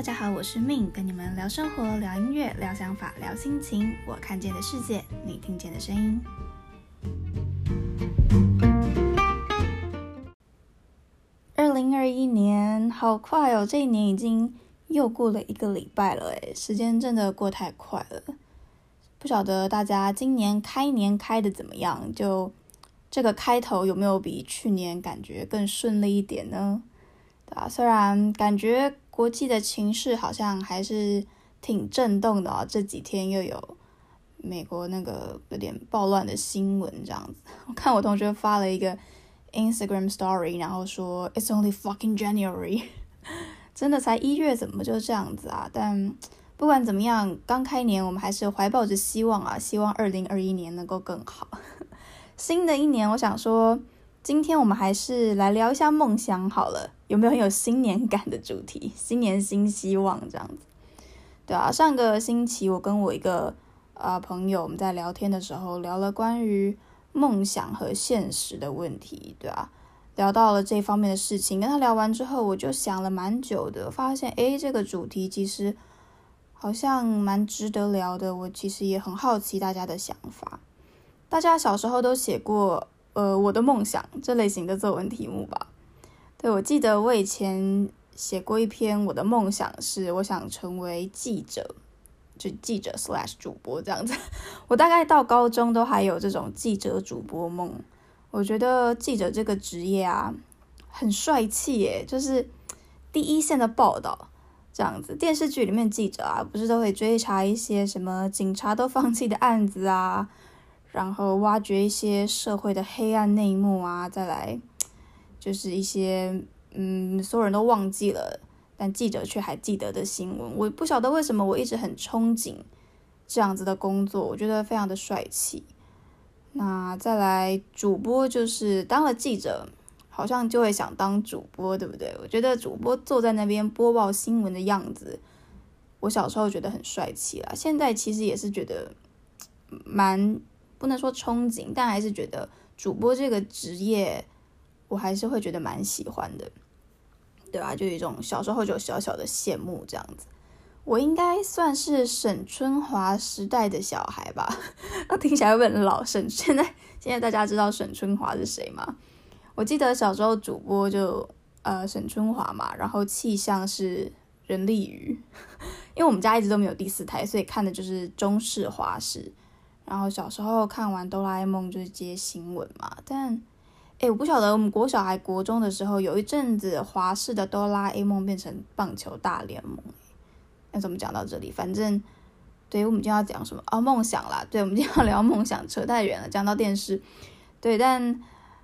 家好，我是 Min， 跟你们聊生活、聊音乐、聊想法、聊心情，我看见的世界，你听见的声音。2021年好快哦，这一年已经又过了1个礼拜了耶，时间真的过太快了。不晓得大家今年开年开的怎么样？就这个开头有没有比去年感觉更顺利一点呢？对啊，虽然感觉国际的情势好像还是挺震动的哦，这几天又有美国那个有点暴乱的新闻这样子。我看我同学发了一个 Instagram story， 然后说 It's only fucking January 真的才1月怎么就这样子啊？但不管怎么样，刚开年我们还是怀抱着希望啊，希望2021年能够更好。新的一年我想说今天我们还是来聊一下梦想好了，有没有很有新年感的主题？新年新希望这样子。对啊，上个星期我跟我一个朋友，我们在聊天的时候聊了关于梦想和现实的问题，对啊，聊到了这方面的事情。跟他聊完之后，我就想了蛮久的，发现这个主题其实好像蛮值得聊的。我其实也很好奇大家的想法。大家小时候都写过我的梦想这类型的作文题目吧？对，我记得我以前写过一篇，我的梦想是我想成为记者，就记者/主播这样子。我大概到高中都还有这种记者主播梦。我觉得记者这个职业啊，很帅气耶，就是第一线的报道这样子。电视剧里面记者啊，不是都会追查一些什么警察都放弃的案子啊，然后挖掘一些社会的黑暗内幕啊，再来就是一些所有人都忘记了，但记者却还记得的新闻。我不晓得为什么我一直很憧憬这样子的工作，我觉得非常的帅气。那再来主播，就是当了记者好像就会想当主播，对不对？我觉得主播坐在那边播报新闻的样子，我小时候觉得很帅气啦，现在其实也是觉得不能说憧憬，但还是觉得主播这个职业我还是会觉得蛮喜欢的，对吧？就有一种小时候就小小的羡慕这样子。我应该算是沈春华时代的小孩吧，听起来会很老。现在大家知道沈春华是谁吗？我记得小时候主播就沈春华嘛，然后气象是任丽瑜，因为我们家一直都没有第4台，所以看的就是中视华视。然后小时候看完哆啦 A 梦就是接新闻嘛，但我不晓得我们国小还国中的时候，有一阵子华视的哆啦 A 梦变成棒球大联盟。那怎么讲到这里？反正对，我们今天要讲什么梦想啦。对，我们今天要聊梦想，扯太远了，讲到电视。对，但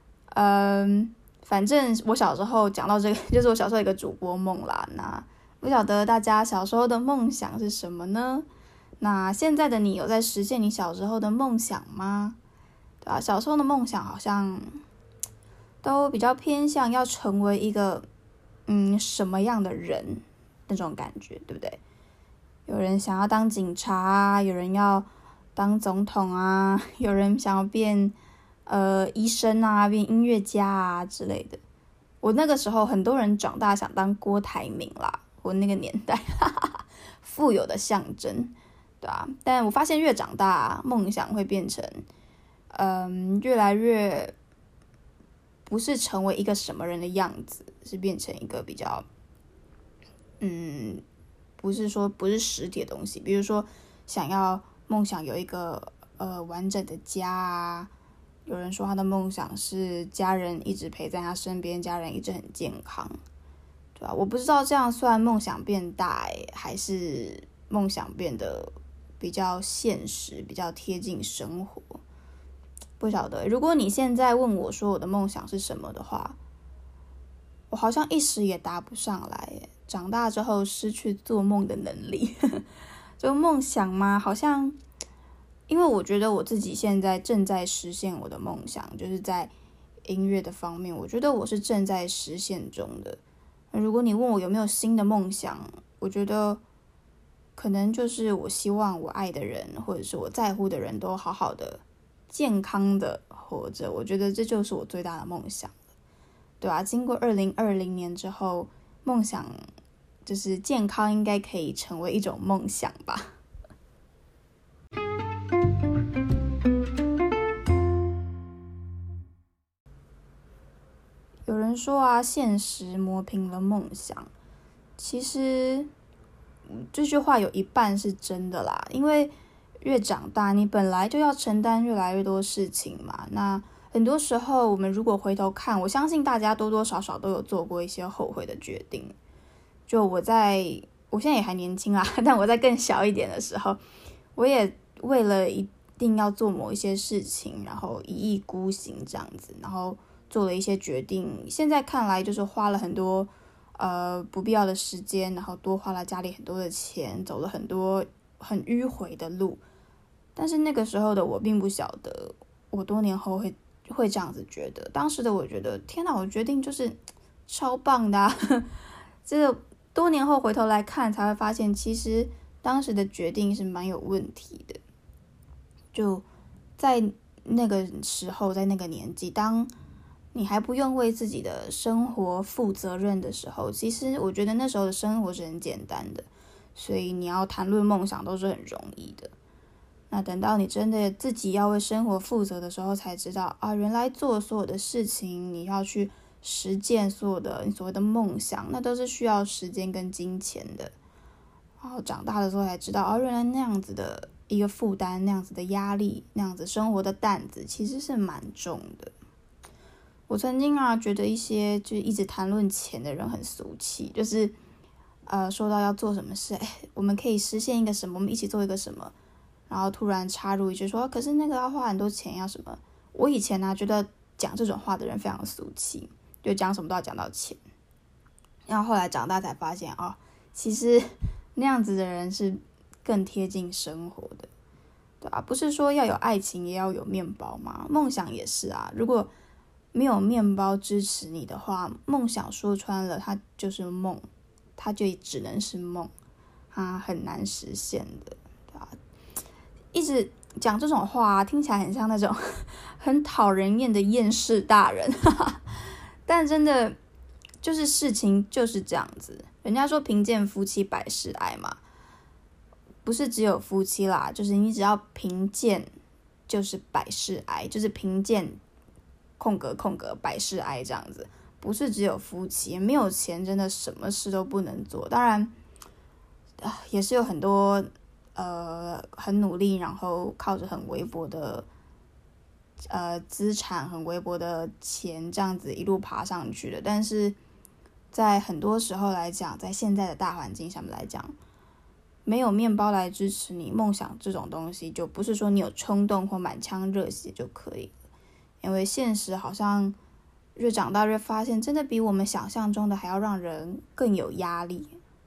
反正我小时候讲到这个，就是我小时候一个主播梦啦。那不晓得大家小时候的梦想是什么呢？那现在的你有在实现你小时候的梦想吗？对吧？小时候的梦想好像都比较偏向要成为一个什么样的人那种感觉，对不对？有人想要当警察啊，有人要当总统啊，有人想要变医生啊，变音乐家啊之类的。我那个时候很多人长大想当郭台铭啦，我那个年代富有的象征，对啊。但我发现越长大，梦想会变成越来越不是成为一个什么人的样子，是变成一个比较不是实体的东西。比如说梦想有一个完整的家啊，有人说他的梦想是家人一直陪在他身边，家人一直很健康，对吧？我不知道这样算梦想变大还是梦想变得比较现实，比较贴近生活，不晓得。如果你现在问我说我的梦想是什么的话，我好像一时也答不上来耶。长大之后失去做梦的能力就梦想嘛，好像因为我觉得我自己现在正在实现我的梦想，就是在音乐的方面，我觉得我是正在实现中的。如果你问我有没有新的梦想，我觉得可能就是我希望我爱的人或者是我在乎的人都好好的健康的活着，我觉得这就是我最大的梦想，对吧？经过2020年之后，梦想就是健康应该可以成为一种梦想吧。有人说啊，现实磨平了梦想。其实这句话有一半是真的啦，因为越长大，你本来就要承担越来越多事情嘛。那很多时候，我们如果回头看，我相信大家多多少少都有做过一些后悔的决定。就我现在也还年轻啦，但我在更小一点的时候，我也为了一定要做某一些事情，然后一意孤行这样子，然后做了一些决定。现在看来就是花了很多不必要的时间，然后多花了家里很多的钱，走了很多很迂回的路。但是那个时候的我并不晓得，我多年后会这样子觉得。当时的我觉得，天哪，我决定就是超棒的啊这个多年后回头来看，才会发现其实当时的决定是蛮有问题的。就在那个时候，在那个年纪，当你还不用为自己的生活负责任的时候，其实我觉得那时候的生活是很简单的，所以你要谈论梦想都是很容易的。那等到你真的自己要为生活负责的时候，才知道啊，原来做所有的事情，你要去实践所有的你所谓的梦想，那都是需要时间跟金钱的。然后长大的时候才知道，原来那样子的一个负担，那样子的压力，那样子生活的担子，其实是蛮重的。我曾经觉得一些就是一直谈论钱的人很俗气，就是说到要做什么事，我们可以实现一个什么，我们一起做一个什么，然后突然插入一句说，可是那个要花很多钱，要什么？我以前觉得讲这种话的人非常俗气，就讲什么都要讲到钱。然后后来长大才发现，其实那样子的人是更贴近生活的，对吧？不是说要有爱情也要有面包吗？梦想也是啊，如果没有面包支持你的话，梦想说穿了，它就是梦，它就只能是梦，它很难实现的，对吧？一直讲这种话听起来很像那种很讨人厌的厌世大人，但真的就是事情就是这样子。人家说贫贱夫妻百事哀嘛，不是只有夫妻啦，就是你只要贫贱就是百事哀，就是贫贱空格百事哀这样子，不是只有夫妻，没有钱真的什么事都不能做。当然也是有很多很努力，然后靠着很微薄的资产，很微薄的钱这样子一路爬上去的。但是在很多时候来讲，在现在的大环境上面来讲，没有面包来支持你，梦想这种东西就不是说你有冲动或满腔热血就可以了。因为现实好像越长大越发现，真的比我们想象中的还要让人更有压力。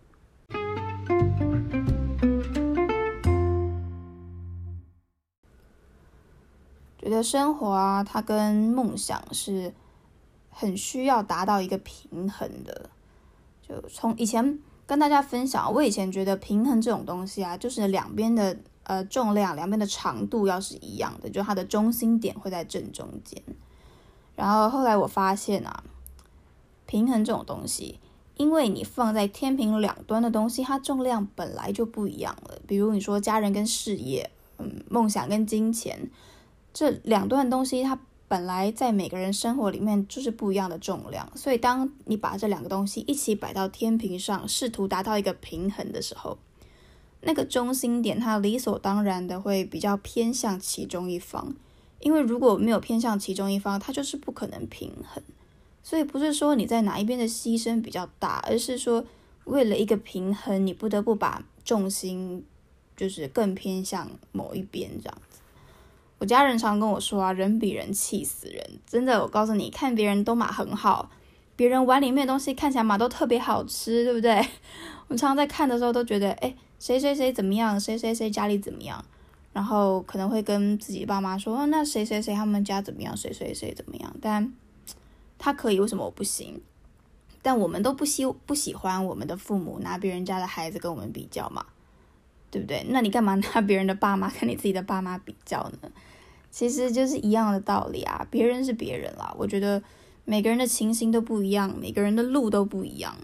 觉得生活它跟梦想是很需要达到一个平衡的。就从以前跟大家分享，我以前觉得平衡这种东西就是两边的重量，两边的长度要是一样的，就它的中心点会在正中间。然后后来我发现平衡这种东西，因为你放在天平两端的东西，它重量本来就不一样了。比如你说家人跟事业，梦想跟金钱，这两段东西它本来在每个人生活里面就是不一样的重量，所以当你把这两个东西一起摆到天平上，试图达到一个平衡的时候，那个中心点它理所当然的会比较偏向其中一方，因为如果没有偏向其中一方，它就是不可能平衡。所以不是说你在哪一边的牺牲比较大，而是说为了一个平衡，你不得不把重心就是更偏向某一边这样子。我家人常跟我说人比人气死人，真的，我告诉你，看别人都很好，别人碗里面的东西看起来都特别好吃，对不对？我常常在看的时候都觉得谁谁谁怎么样，谁谁谁家里怎么样，然后可能会跟自己爸妈说那谁谁谁他们家怎么样，谁谁谁怎么样，但他可以，为什么我不行？但我们都不喜欢我们的父母拿别人家的孩子跟我们比较嘛，对不对？那你干嘛拿别人的爸妈跟你自己的爸妈比较呢？其实就是一样的道理别人是别人啦。我觉得每个人的情形都不一样，每个人的路都不一样，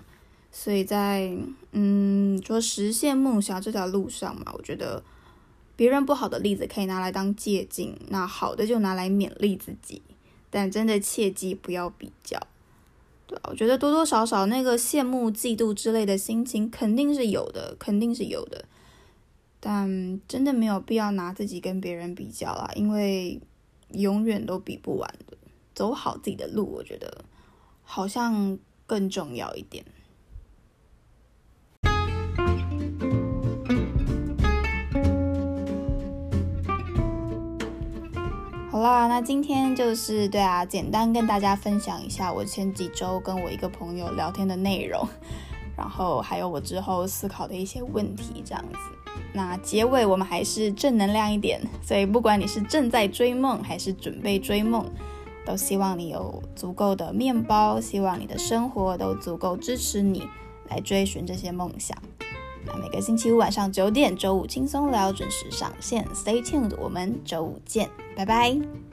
所以在说实现梦想这条路上嘛，我觉得别人不好的例子可以拿来当借鉴，那好的就拿来勉励自己，但真的切记不要比较。对啊，我觉得多多少少那个羡慕、嫉妒之类的心情肯定是有的，但真的没有必要拿自己跟别人比较啦，因为永远都比不完的。走好自己的路，我觉得好像更重要一点。好啦，那今天就是简单跟大家分享一下我前几周跟我一个朋友聊天的内容，然后还有我之后思考的一些问题这样子。那结尾我们还是正能量一点，所以不管你是正在追梦还是准备追梦，都希望你有足够的面包，希望你的生活都足够支持你来追寻这些梦想。那每个星期五晚上9点，周五轻松聊准时上线 ，Stay tuned， 我们周五见，拜拜。